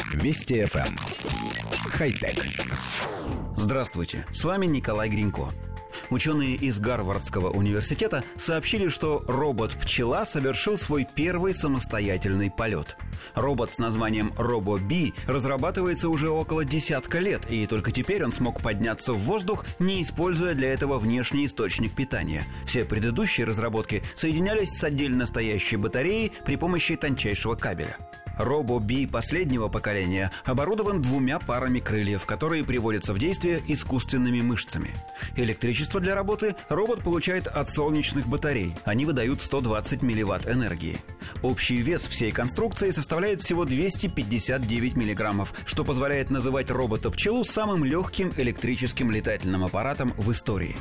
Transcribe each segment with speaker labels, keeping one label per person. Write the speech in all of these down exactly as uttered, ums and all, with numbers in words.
Speaker 1: Вести эф эм. Хай-тек.
Speaker 2: Здравствуйте, с вами Николай Гринько. Ученые из Гарвардского университета сообщили, что робот-пчела совершил свой первый самостоятельный полет. Робот с названием RoboBee разрабатывается уже около десятка лет, и только теперь он смог подняться в воздух, не используя для этого внешний источник питания. Все предыдущие разработки соединялись с отдельно стоящей батареей при помощи тончайшего кабеля. RoboBee последнего поколения оборудован двумя парами крыльев, которые приводятся в действие искусственными мышцами. Электричество для работы робот получает от солнечных батарей. Они выдают сто двадцать милливатт энергии. Общий вес всей конструкции составляет всего двести пятьдесят девять миллиграммов, что позволяет называть робота-пчелу самым легким электрическим летательным аппаратом в истории.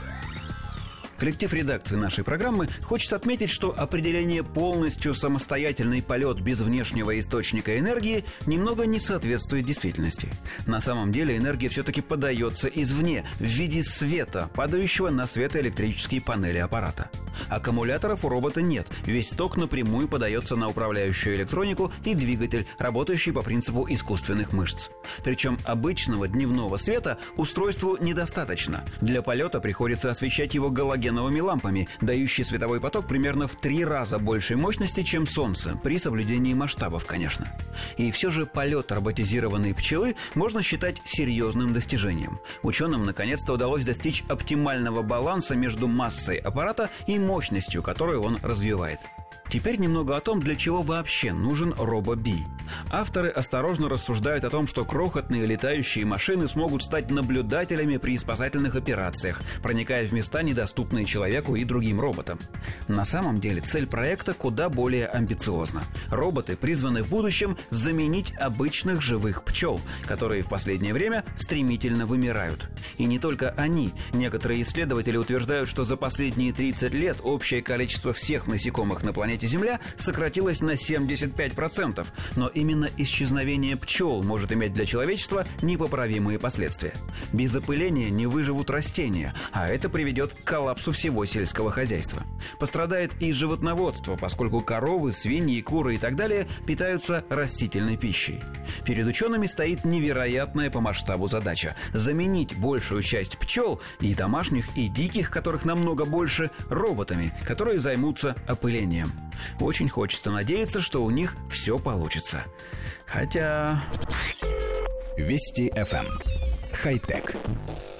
Speaker 2: Коллектив редакции нашей программы хочет отметить, что определение «полностью самостоятельный полет без внешнего источника энергии» немного не соответствует действительности. На самом деле энергия все-таки подается извне, в виде света, падающего на светоэлектрические панели аппарата. Аккумуляторов у робота нет, весь ток напрямую подается на управляющую электронику и двигатель, работающий по принципу искусственных мышц. Причем обычного дневного света устройству недостаточно. Для полета приходится освещать его галогеновыми лампами, дающие световой поток примерно в три раза большей мощности, чем Солнце, при соблюдении масштабов, конечно. И все же полет роботизированной пчелы можно считать серьезным достижением. Ученым наконец-то удалось достичь оптимального баланса между массой аппарата и мощностью, которую он развивает. Теперь немного о том, для чего вообще нужен RoboBee. Авторы осторожно рассуждают о том, что крохотные летающие машины смогут стать наблюдателями при спасательных операциях, проникая в места, недоступные человеку и другим роботам. На самом деле цель проекта куда более амбициозна. Роботы призваны в будущем заменить обычных живых пчел, которые в последнее время стремительно вымирают. И не только они. Некоторые исследователи утверждают, что за последние тридцать лет общее количество всех насекомых на планете Земля сократилось на семьдесят пять процентов, но именно исчезновение пчел может иметь для человечества непоправимые последствия. Без опыления не выживут растения, а это приведет к коллапсу всего сельского хозяйства. Пострадает и животноводство, поскольку коровы, свиньи, куры и так далее питаются растительной пищей. Перед учеными стоит невероятная по масштабу задача – заменить большую часть пчел, и домашних, и диких, которых намного больше, роботами, которые займутся опылением. Очень хочется надеяться, что у них все получится. Хотя...
Speaker 1: Вести эф эм. Хай-тек.